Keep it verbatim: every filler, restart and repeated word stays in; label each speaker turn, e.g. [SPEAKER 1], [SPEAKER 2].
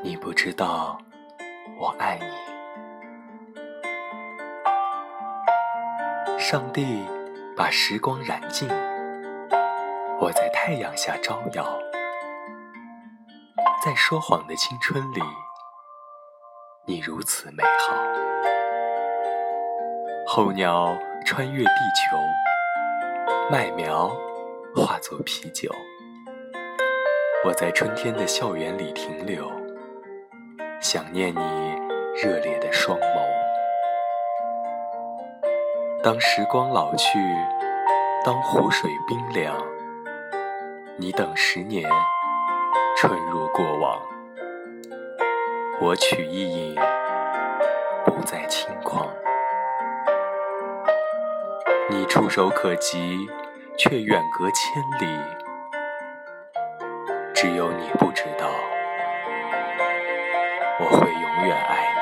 [SPEAKER 1] 你不知道我爱你。上帝把时光燃尽，我在太阳下招摇，在说谎的青春里，你如此美好。候鸟穿越地球，麦苗化作啤酒，我在春天的校园里停留，想念你热烈的双眸。当时光老去，当湖水冰凉，你等十年，春如过往，我取一饮，不再轻狂。你触手可及，却远隔千里，只有你不知道，我会永远爱你。